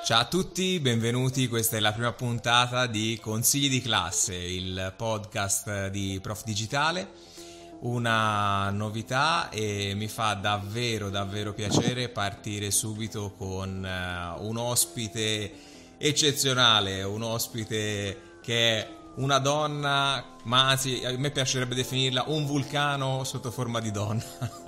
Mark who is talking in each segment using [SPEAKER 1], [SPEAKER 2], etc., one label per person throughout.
[SPEAKER 1] Ciao a tutti, benvenuti, questa è la prima puntata di Consigli di classe, il podcast di Prof Digitale, una novità e mi fa davvero piacere partire subito con un ospite eccezionale, un ospite che è una donna, ma anzi a me piacerebbe definirla un vulcano sotto forma di donna.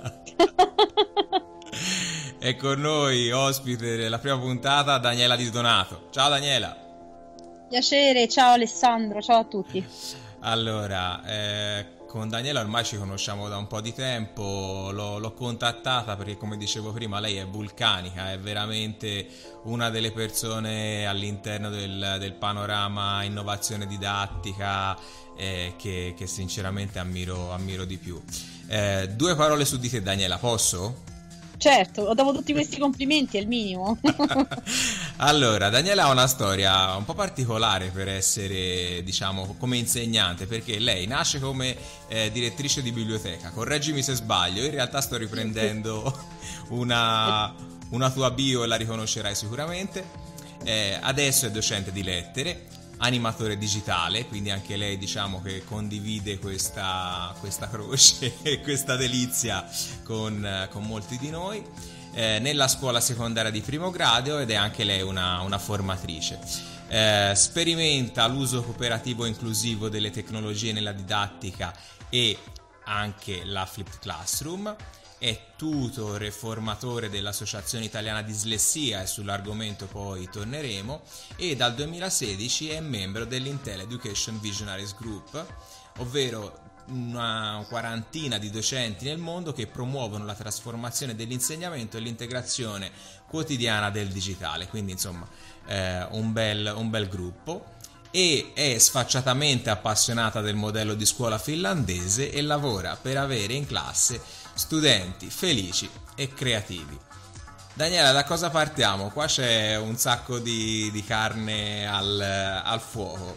[SPEAKER 1] È con noi ospite della prima puntata Daniela Di Donato. Ciao Daniela.
[SPEAKER 2] Piacere, ciao Alessandro, ciao a tutti.
[SPEAKER 1] Allora, con Daniela ormai ci conosciamo da un po' di tempo, l'ho contattata perché, come dicevo prima, lei è vulcanica, è veramente una delle persone all'interno del panorama innovazione didattica che sinceramente ammiro di più. Due parole su di te, Daniela, posso?
[SPEAKER 2] Certo, dopo tutti questi complimenti è il minimo.
[SPEAKER 1] Allora, Daniela ha una storia un po' particolare per essere, diciamo, come insegnante, perché lei nasce come direttrice di biblioteca. Correggimi se sbaglio, in realtà sto riprendendo una tua bio e la riconoscerai sicuramente. Adesso è docente di lettere, animatore digitale, quindi anche lei diciamo che condivide questa croce e questa delizia con molti di noi, nella scuola secondaria di primo grado, ed è anche lei una formatrice. Sperimenta l'uso cooperativo e inclusivo delle tecnologie nella didattica e anche la Flipped Classroom. È tutor e formatore dell'Associazione Italiana Dislessia, e sull'argomento poi torneremo, e dal 2016 è membro dell'Intel Education Visionaries Group, ovvero una quarantina di docenti nel mondo che promuovono la trasformazione dell'insegnamento e l'integrazione quotidiana del digitale, quindi insomma un bel gruppo. E è sfacciatamente appassionata del modello di scuola finlandese e lavora per avere in classe studenti felici e creativi. Daniela, da cosa partiamo? Qua c'è un sacco di carne al fuoco.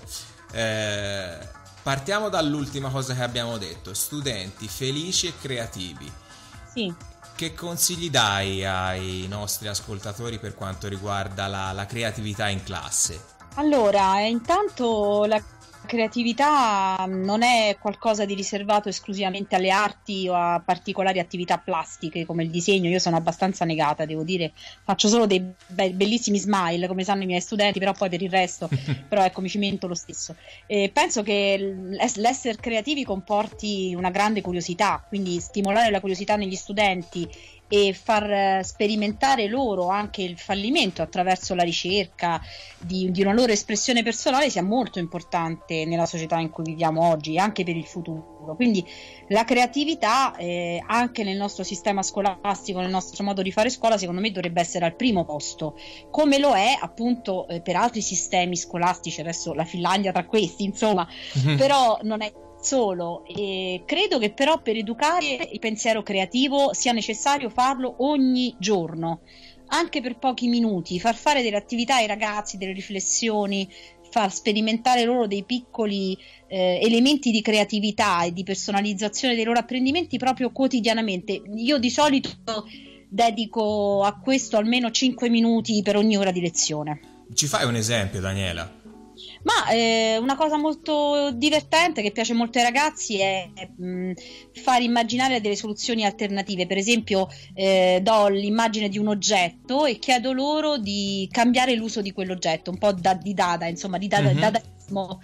[SPEAKER 1] Partiamo dall'ultima cosa che abbiamo detto: studenti felici e creativi.
[SPEAKER 2] Sì.
[SPEAKER 1] Che consigli dai ai nostri ascoltatori per quanto riguarda la creatività in classe?
[SPEAKER 2] Allora, intanto la creatività non è qualcosa di riservato esclusivamente alle arti o a particolari attività plastiche come il disegno. Io sono abbastanza negata, devo dire, faccio solo dei bellissimi smile, come sanno i miei studenti, però poi per il resto, però ecco, mi cimento lo stesso. Penso che l'essere creativi comporti una grande curiosità, quindi stimolare la curiosità negli studenti e far sperimentare loro anche il fallimento attraverso la ricerca di una loro espressione personale sia molto importante nella società in cui viviamo oggi e anche per il futuro. Quindi la creatività anche nel nostro sistema scolastico, nel nostro modo di fare scuola, secondo me dovrebbe essere al primo posto, come lo è appunto per altri sistemi scolastici, adesso la Finlandia tra questi, insomma, però non è solo. E credo che però per educare il pensiero creativo sia necessario farlo ogni giorno, anche per pochi minuti, far fare delle attività ai ragazzi, delle riflessioni, far sperimentare loro dei piccoli elementi di creatività e di personalizzazione dei loro apprendimenti proprio quotidianamente. Io di solito dedico a questo almeno 5 minuti per ogni ora di lezione.
[SPEAKER 1] Ci fai un esempio, Daniela?
[SPEAKER 2] Ma una cosa molto divertente che piace molto ai ragazzi è far immaginare delle soluzioni alternative. Per esempio do l'immagine di un oggetto e chiedo loro di cambiare l'uso di quell'oggetto, un po' di dada, insomma, di dadaismo,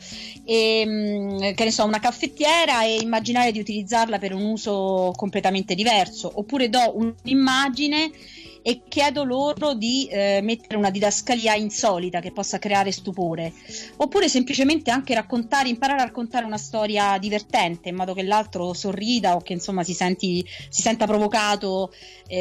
[SPEAKER 2] e che ne so, una caffettiera, e immaginare di utilizzarla per un uso completamente diverso. Oppure do un'immagine e chiedo loro di mettere una didascalia insolita che possa creare stupore, oppure semplicemente anche imparare a raccontare una storia divertente in modo che l'altro sorrida o che insomma si senta provocato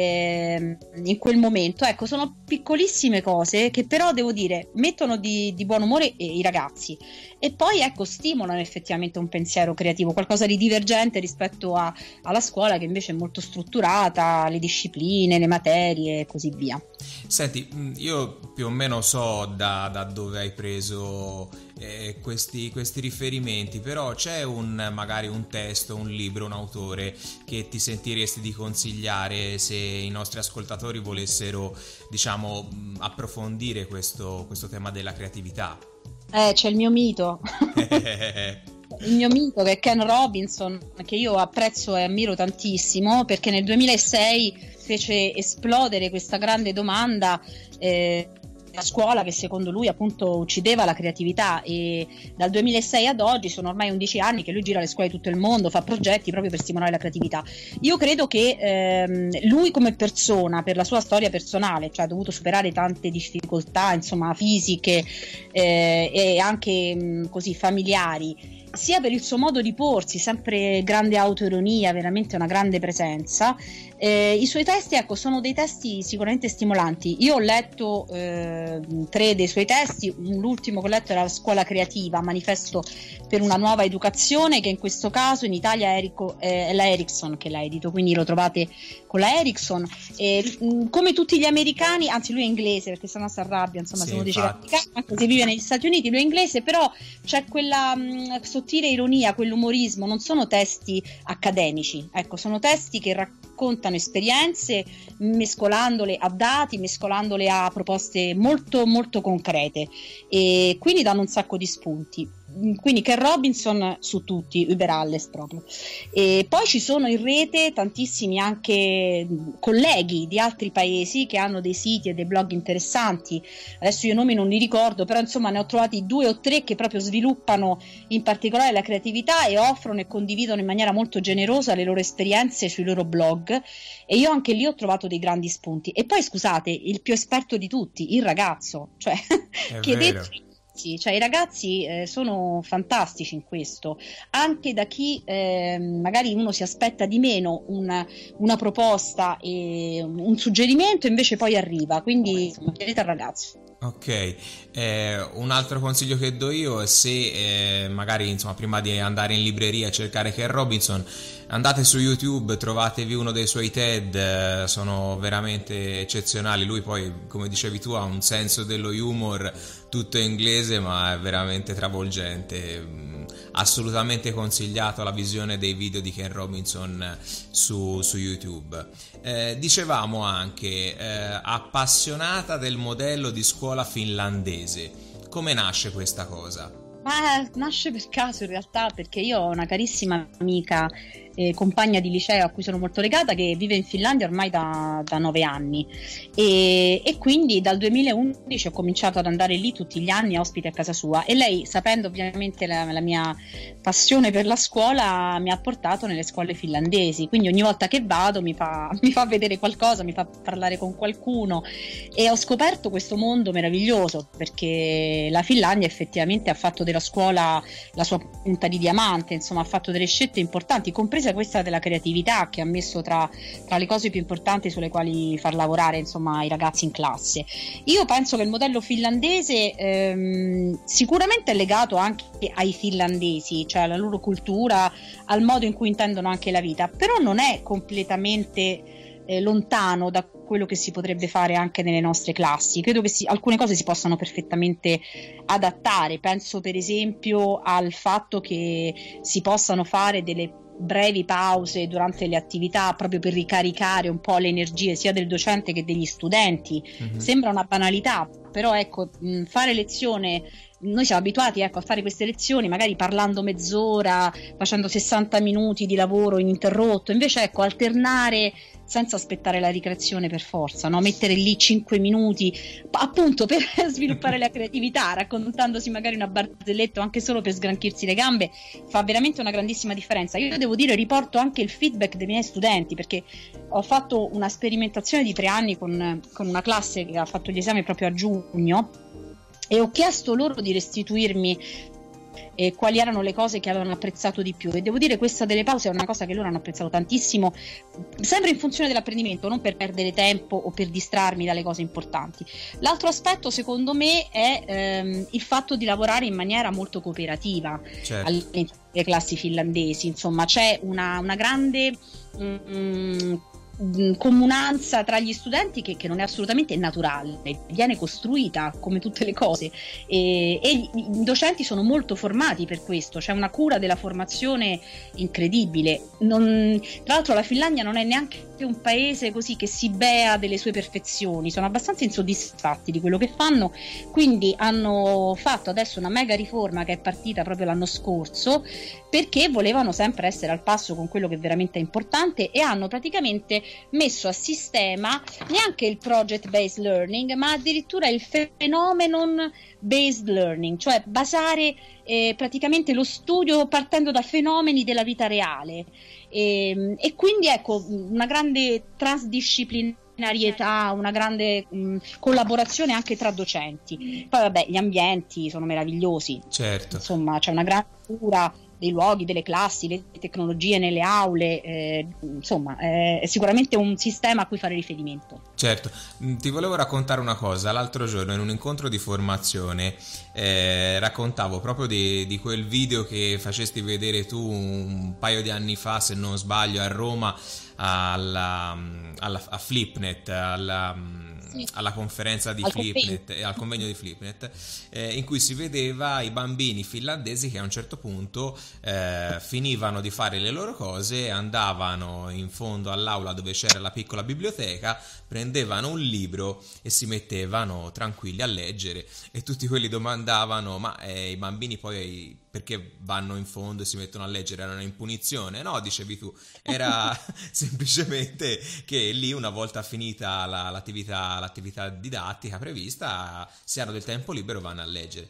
[SPEAKER 2] in quel momento. Ecco, sono piccolissime cose che però devo dire mettono di buon umore i ragazzi e poi ecco stimolano effettivamente un pensiero creativo, qualcosa di divergente rispetto alla scuola che invece è molto strutturata, le discipline, le materie e così via.
[SPEAKER 1] Senti, io più o meno so da dove hai preso questi riferimenti, però c'è magari un testo, un libro, un autore che ti sentiresti di consigliare se i nostri ascoltatori volessero, diciamo, approfondire questo tema della creatività?
[SPEAKER 2] C'è il mio mito. Il mio mito che è Ken Robinson, che io apprezzo e ammiro tantissimo, perché nel 2006 fece esplodere questa grande domanda a scuola che secondo lui appunto uccideva la creatività, e dal 2006 ad oggi sono ormai 11 anni che lui gira le scuole di tutto il mondo, fa progetti proprio per stimolare la creatività. Io credo che lui come persona, per la sua storia personale, cioè ha dovuto superare tante difficoltà insomma fisiche e anche così familiari, sia per il suo modo di porsi, sempre grande autoironia, veramente una grande presenza. I suoi testi, ecco, sono dei testi sicuramente stimolanti. Io ho letto 3 dei suoi testi, l'ultimo che ho letto era La scuola creativa, manifesto per una nuova educazione, che in questo caso in Italia è la Ericsson che l'ha edito, quindi lo trovate con la Ericsson. Come tutti gli americani, anzi lui è inglese perché sennò si arrabbia, insomma,
[SPEAKER 1] Sì,
[SPEAKER 2] se uno dice che anche se vive negli Stati Uniti, lui è inglese, però c'è quella sottile ironia, quell'umorismo, non sono testi accademici, ecco, sono testi che raccontano esperienze mescolandole a dati, mescolandole a proposte molto molto concrete, e quindi danno un sacco di spunti. Quindi Ken Robinson su tutti, über alles proprio. E poi ci sono in rete tantissimi anche colleghi di altri paesi che hanno dei siti e dei blog interessanti. Adesso io i nomi non li ricordo, però insomma ne ho trovati 2 o 3 che proprio sviluppano in particolare la creatività e offrono e condividono in maniera molto generosa le loro esperienze sui loro blog, e io anche lì ho trovato dei grandi spunti. E poi scusate, il più esperto di tutti, il ragazzo, cioè chiedete. Cioè i ragazzi sono fantastici in questo, anche da chi magari uno si aspetta di meno una proposta e un suggerimento, invece poi arriva, quindi insomma, chiedete al ragazzo.
[SPEAKER 1] Ok, un altro consiglio che do io è se magari insomma prima di andare in libreria a cercare Ken Robinson, andate su YouTube, trovatevi uno dei suoi TED, sono veramente eccezionali. Lui poi, come dicevi tu, ha un senso dello humor tutto in inglese, ma è veramente travolgente. Assolutamente consigliato la visione dei video di Ken Robinson su YouTube. Dicevamo anche appassionata del modello di scuola finlandese. Come nasce questa cosa?
[SPEAKER 2] Ma nasce per caso in realtà, perché io ho una carissima amica, compagna di liceo a cui sono molto legata, che vive in Finlandia ormai da 9 anni, e quindi dal 2011 ho cominciato ad andare lì tutti gli anni ospite a casa sua, e lei, sapendo ovviamente la mia passione per la scuola, mi ha portato nelle scuole finlandesi, quindi ogni volta che vado mi fa vedere qualcosa, mi fa parlare con qualcuno, e ho scoperto questo mondo meraviglioso, perché la Finlandia effettivamente ha fatto della scuola la sua punta di diamante, insomma ha fatto delle scelte importanti, compresa questa della creatività, che ha messo tra le cose più importanti sulle quali far lavorare insomma i ragazzi in classe. Io penso che il modello finlandese sicuramente è legato anche ai finlandesi, cioè alla loro cultura, al modo in cui intendono anche la vita, però non è completamente lontano da quello che si potrebbe fare anche nelle nostre classi. Credo che alcune cose si possano perfettamente adattare. Penso per esempio al fatto che si possano fare delle brevi pause durante le attività proprio per ricaricare un po' le energie sia del docente che degli studenti. Sembra una banalità, però ecco, fare lezione, noi siamo abituati a fare queste lezioni magari parlando mezz'ora, facendo 60 minuti di lavoro ininterrotto, invece ecco, alternare senza aspettare la ricreazione per forza, no? Mettere lì 5 minuti appunto per sviluppare la creatività, raccontandosi magari una barzelletta anche solo per sgranchirsi le gambe, fa veramente una grandissima differenza. Io devo dire, riporto anche il feedback dei miei studenti, perché ho fatto una sperimentazione di 3 anni con una classe che ha fatto gli esami proprio a giugno, e ho chiesto loro di restituirmi quali erano le cose che avevano apprezzato di più, e devo dire questa delle pause è una cosa che loro hanno apprezzato tantissimo, sempre in funzione dell'apprendimento, non per perdere tempo o per distrarmi dalle cose importanti. L'altro aspetto secondo me è il fatto di lavorare in maniera molto cooperativa, certo, all'interno delle classi finlandesi. Insomma c'è una grande comunanza tra gli studenti che non è assolutamente naturale, viene costruita come tutte le cose, e i docenti sono molto formati per questo, c'è una cura della formazione incredibile. Tra l'altro la Finlandia non è neanche un paese così che si bea delle sue perfezioni, sono abbastanza insoddisfatti di quello che fanno, quindi hanno fatto adesso una mega riforma che è partita proprio l'anno scorso, perché volevano sempre essere al passo con quello che veramente è importante, e hanno praticamente messo a sistema neanche il project based learning, ma addirittura il phenomenon based learning, cioè basare praticamente lo studio partendo da fenomeni della vita reale, e quindi ecco una grande transdisciplinarietà, una grande collaborazione anche tra docenti. Poi vabbè, gli ambienti sono meravigliosi,
[SPEAKER 1] Certo.
[SPEAKER 2] insomma c'è una grande cura dei luoghi, delle classi, le tecnologie nelle aule, insomma è sicuramente un sistema a cui fare riferimento.
[SPEAKER 1] Certo, ti volevo raccontare una cosa. L'altro giorno in un incontro di formazione raccontavo proprio di quel video che facesti vedere tu un paio di anni fa, se non sbaglio, a Roma a Flipnet, alla conferenza di Flipnet, al convegno di Flipnet, in cui si vedeva i bambini finlandesi che a un certo punto finivano di fare le loro cose, andavano in fondo all'aula dove c'era la piccola biblioteca, prendevano un libro e si mettevano tranquilli a leggere, e tutti quelli domandavano: ma i bambini poi perché vanno in fondo e si mettono a leggere? Erano in punizione? No, dicevi tu, era semplicemente che lì, una volta finita l'attività didattica prevista, si hanno del tempo libero, vanno a leggere.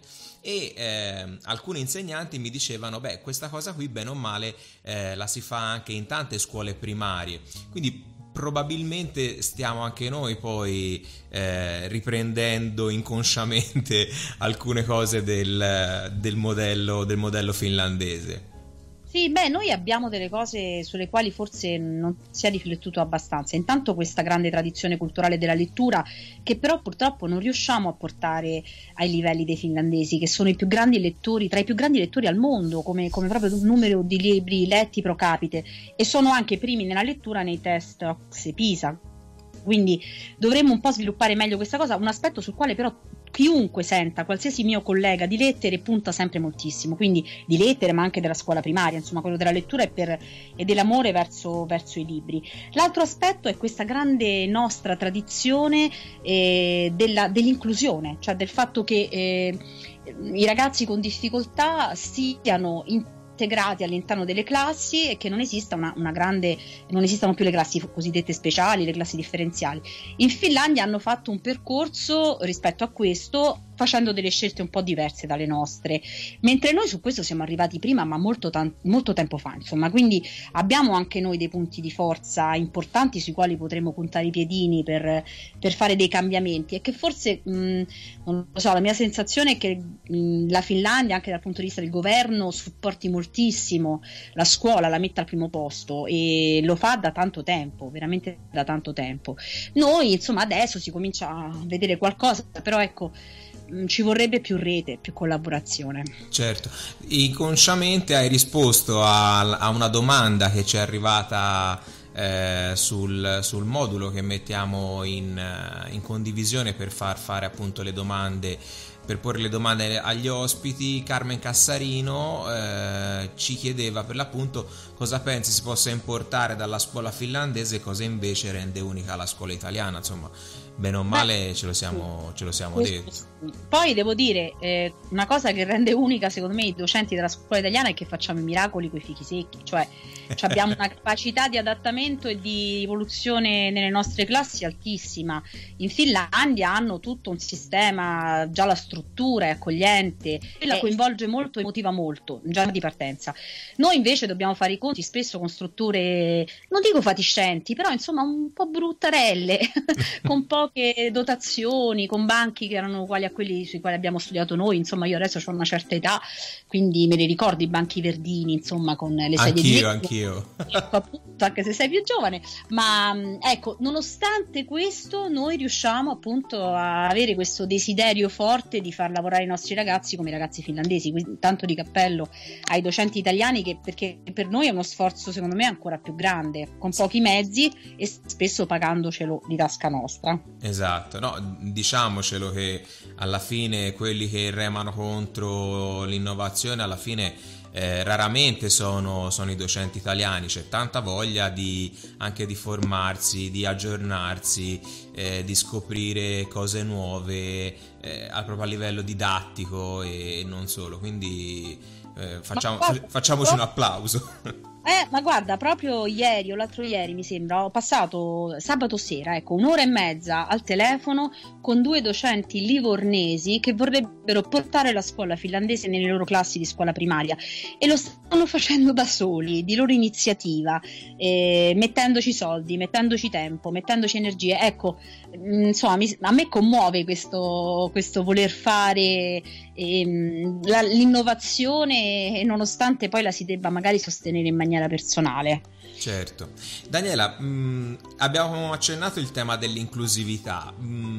[SPEAKER 1] E alcuni insegnanti mi dicevano: beh, questa cosa qui bene o male la si fa anche in tante scuole primarie, quindi probabilmente stiamo anche noi poi riprendendo inconsciamente alcune cose del modello finlandese.
[SPEAKER 2] Sì, beh, noi abbiamo delle cose sulle quali forse non si è riflettuto abbastanza. Intanto questa grande tradizione culturale della lettura, che però purtroppo non riusciamo a portare ai livelli dei finlandesi, che sono i più grandi lettori, tra i più grandi lettori al mondo, come proprio numero di libri letti pro capite, e sono anche primi nella lettura nei test OCSE Pisa. Quindi dovremmo un po' sviluppare meglio questa cosa, un aspetto sul quale però chiunque senta, qualsiasi mio collega di lettere, punta sempre moltissimo, quindi di lettere ma anche della scuola primaria, insomma quello della lettura e dell'amore verso i libri. L'altro aspetto è questa grande nostra tradizione dell'inclusione, cioè del fatto che i ragazzi con difficoltà siano integrati all'interno delle classi, e che non esista non esistano più le classi cosiddette speciali, le classi differenziali. In Finlandia hanno fatto un percorso rispetto a questo, facendo delle scelte un po' diverse dalle nostre, mentre noi su questo siamo arrivati prima, ma molto tempo fa, insomma, quindi abbiamo anche noi dei punti di forza importanti sui quali potremo puntare i piedini per fare dei cambiamenti, e che forse non lo so, la mia sensazione è che la Finlandia, anche dal punto di vista del governo, supporti moltissimo la scuola, la metta al primo posto, e lo fa da tanto tempo, veramente da tanto tempo. Noi insomma adesso si comincia a vedere qualcosa, però ecco, ci vorrebbe più rete, più collaborazione.
[SPEAKER 1] Certo, inconsciamente hai risposto a una domanda che ci è arrivata sul modulo che mettiamo in condivisione per far fare appunto le domande, per porre le domande agli ospiti. Carmen Cassarino ci chiedeva per l'appunto cosa pensi si possa importare dalla scuola finlandese e cosa invece rende unica la scuola italiana. Insomma, bene o male ce lo siamo detti.
[SPEAKER 2] Poi devo dire, una cosa che rende unica secondo me i docenti della scuola italiana è che facciamo i miracoli coi fichi secchi, cioè abbiamo una capacità di adattamento e di evoluzione nelle nostre classi altissima. In Finlandia hanno tutto un sistema, già la struttura è accogliente, la coinvolge molto e motiva molto già di partenza. Noi invece dobbiamo fare i conti spesso con strutture, non dico fatiscenti, però insomma un po' bruttarelle con poche dotazioni, con banchi che erano uguali a quelli sui quali abbiamo studiato noi. Insomma, io adesso ho una certa età, quindi me li ricordo i banchi verdini, insomma, con le sedie di legno. Anch'io. Appunto, anche se sei più giovane, ma ecco, nonostante questo noi riusciamo appunto a avere questo desiderio forte possibile di far lavorare i nostri ragazzi come i ragazzi finlandesi. Quindi tanto di cappello ai docenti italiani, perché per noi è uno sforzo secondo me ancora più grande, con pochi mezzi e spesso pagandocelo di tasca nostra.
[SPEAKER 1] Esatto, no, diciamocelo che alla fine quelli che remano contro l'innovazione alla fine raramente sono i docenti italiani. C'è tanta voglia anche di formarsi, di aggiornarsi, di scoprire cose nuove proprio a livello didattico e non solo, quindi facciamoci un applauso.
[SPEAKER 2] Ma guarda, proprio ieri o l'altro ieri mi sembra, ho passato sabato sera, ecco, un'ora e mezza al telefono con 2 docenti livornesi che vorrebbero portare la scuola finlandese nelle loro classi di scuola primaria, e lo stanno facendo da soli, di loro iniziativa, mettendoci soldi, mettendoci tempo, mettendoci energie. Ecco, insomma, a me commuove questo voler fare l'innovazione, nonostante poi la si debba magari sostenere in maniera personale.
[SPEAKER 1] Certo. Daniela, abbiamo accennato il tema dell'inclusività.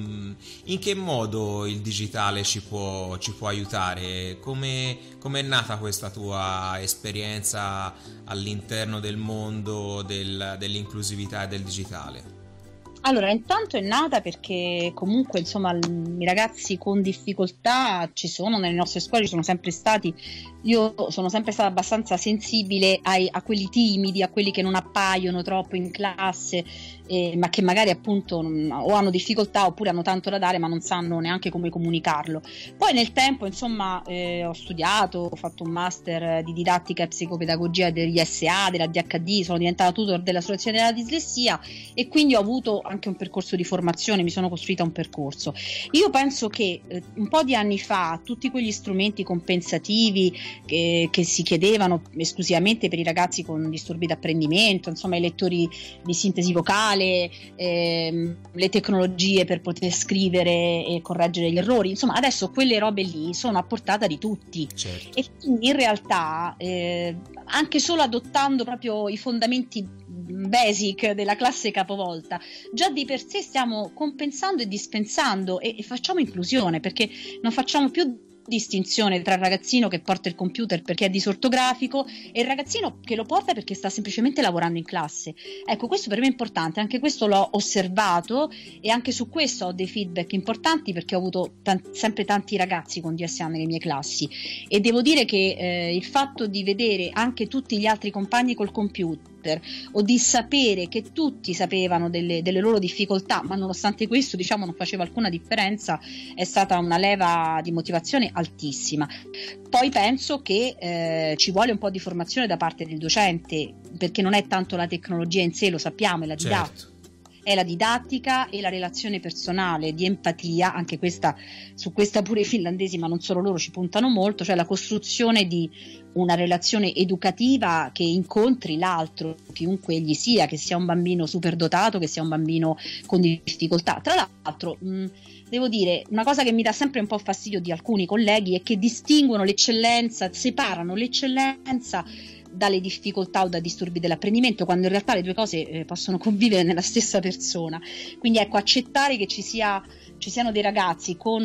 [SPEAKER 1] In che modo il digitale ci può aiutare? Come è nata questa tua esperienza all'interno del mondo dell'inclusività e del digitale?
[SPEAKER 2] Allora, intanto è nata perché comunque, insomma, i ragazzi con difficoltà ci sono nelle nostre scuole, ci sono sempre stati. Io sono sempre stata abbastanza sensibile a quelli timidi, a quelli che non appaiono troppo in classe, ma che magari appunto o hanno difficoltà oppure hanno tanto da dare ma non sanno neanche come comunicarlo. Poi nel tempo, insomma, ho studiato, ho fatto un master di didattica e psicopedagogia degli SA, della DHD, sono diventata tutor dell'associazione della dislessia e quindi ho avuto anche un percorso di formazione, mi sono costruita un percorso. Io penso che un po' di anni fa tutti quegli strumenti compensativi che si chiedevano esclusivamente per i ragazzi con disturbi d'apprendimento, insomma i lettori di sintesi vocale, le tecnologie per poter scrivere e correggere gli errori, insomma adesso quelle robe lì sono a portata di tutti.
[SPEAKER 1] Certo.
[SPEAKER 2] E quindi in realtà anche solo adottando proprio i fondamenti basic della classe capovolta, già di per sé stiamo compensando e dispensando e facciamo inclusione, perché non facciamo più distinzione tra il ragazzino che porta il computer perché è disortografico e il ragazzino che lo porta perché sta semplicemente lavorando in classe. Ecco, questo per me è importante, anche questo l'ho osservato e anche su questo ho dei feedback importanti, perché ho avuto sempre tanti ragazzi con DSA nelle mie classi e devo dire che il fatto di vedere anche tutti gli altri compagni col computer o di sapere che tutti sapevano delle loro difficoltà, ma nonostante questo, diciamo, non faceva alcuna differenza, è stata una leva di motivazione altissima. Poi penso che ci vuole un po' di formazione da parte del docente, perché non è tanto la tecnologia in sé, lo sappiamo, è la didattica.
[SPEAKER 1] Certo.
[SPEAKER 2] È la didattica e la relazione personale, di empatia, anche questa, su questa pure i finlandesi, ma non solo loro, ci puntano molto, cioè la costruzione di una relazione educativa che incontri l'altro, chiunque egli sia, che sia un bambino superdotato, che sia un bambino con difficoltà. Tra l'altro, devo dire, una cosa che mi dà sempre un po' fastidio di alcuni colleghi è che distinguono l'eccellenza, separano l'eccellenza dalle difficoltà o da disturbi dell'apprendimento, quando in realtà le due cose possono convivere nella stessa persona. Quindi ecco, accettare che ci siano dei ragazzi con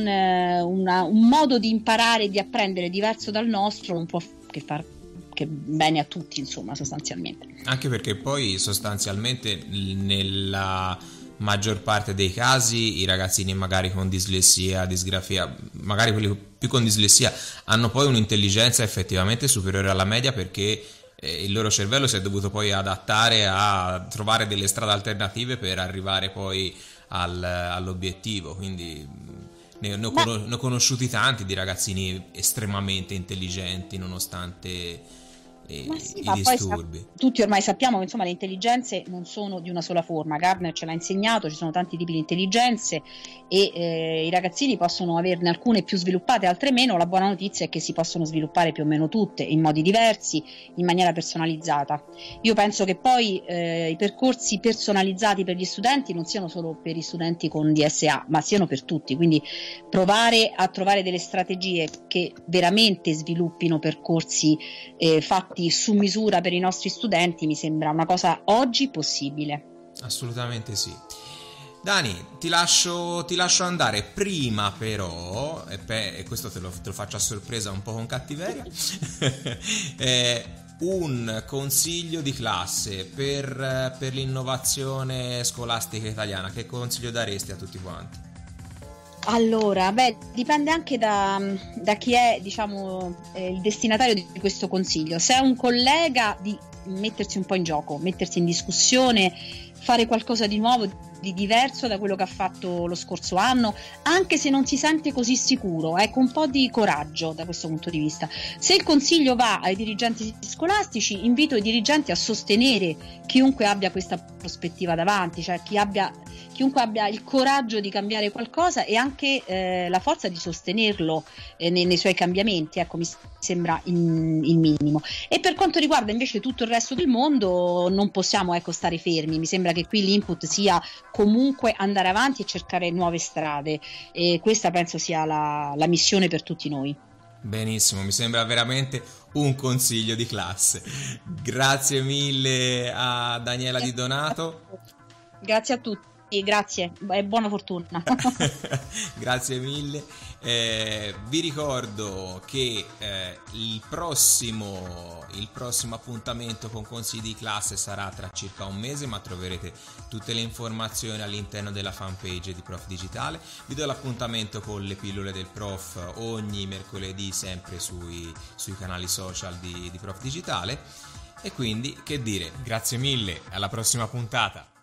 [SPEAKER 2] un modo di imparare e di apprendere diverso dal nostro non può che far che bene a tutti, insomma, sostanzialmente.
[SPEAKER 1] Anche perché poi sostanzialmente nella maggior parte dei casi i ragazzini magari con dislessia, disgrafia, magari quelli più con dislessia hanno poi un'intelligenza effettivamente superiore alla media, perché il loro cervello si è dovuto poi adattare a trovare delle strade alternative per arrivare poi all'obiettivo. Quindi ne ho conosciuti tanti di ragazzini estremamente intelligenti nonostante i disturbi.
[SPEAKER 2] Tutti ormai sappiamo che insomma le intelligenze non sono di una sola forma. Gardner ce l'ha insegnato, ci sono tanti tipi di intelligenze e i ragazzini possono averne alcune più sviluppate, altre meno. La buona notizia è che si possono sviluppare più o meno tutte in modi diversi, in maniera personalizzata. Io penso che poi i percorsi personalizzati per gli studenti non siano solo per gli studenti con DSA, ma siano per tutti, quindi provare a trovare delle strategie che veramente sviluppino percorsi fatti su misura per i nostri studenti mi sembra una cosa oggi possibile.
[SPEAKER 1] Assolutamente sì. Dani, ti lascio andare prima però, e questo te lo faccio a sorpresa un po' con cattiveria, un consiglio di classe per l'innovazione scolastica italiana, che consiglio daresti a tutti quanti?
[SPEAKER 2] Allora, beh, dipende anche da chi è, diciamo, il destinatario di questo consiglio. Se è un collega, di mettersi un po' in gioco, mettersi in discussione, fare qualcosa di nuovo, di diverso da quello che ha fatto lo scorso anno, anche se non si sente così sicuro, ecco, un po' di coraggio da questo punto di vista. Se il consiglio va ai dirigenti scolastici, invito i dirigenti a sostenere chiunque abbia questa prospettiva davanti, cioè chiunque abbia il coraggio di cambiare qualcosa e anche la forza di sostenerlo nei suoi cambiamenti, ecco, mi sembra il minimo. E per quanto riguarda invece tutto il resto del mondo, non possiamo, ecco, stare fermi. Mi sembra che qui l'input sia comunque andare avanti e cercare nuove strade, e questa penso sia la missione per tutti noi.
[SPEAKER 1] Benissimo, mi sembra veramente un consiglio di classe. Grazie mille a Daniela Di Donato.
[SPEAKER 2] Grazie a tutti, grazie e buona fortuna.
[SPEAKER 1] Grazie mille. Vi ricordo che il prossimo appuntamento con consigli di classe sarà tra circa un mese, ma troverete tutte le informazioni all'interno della fanpage di Prof Digitale. Vi do l'appuntamento con le pillole del prof ogni mercoledì, sempre sui canali social di Prof Digitale. E quindi, che dire, grazie mille, alla prossima puntata.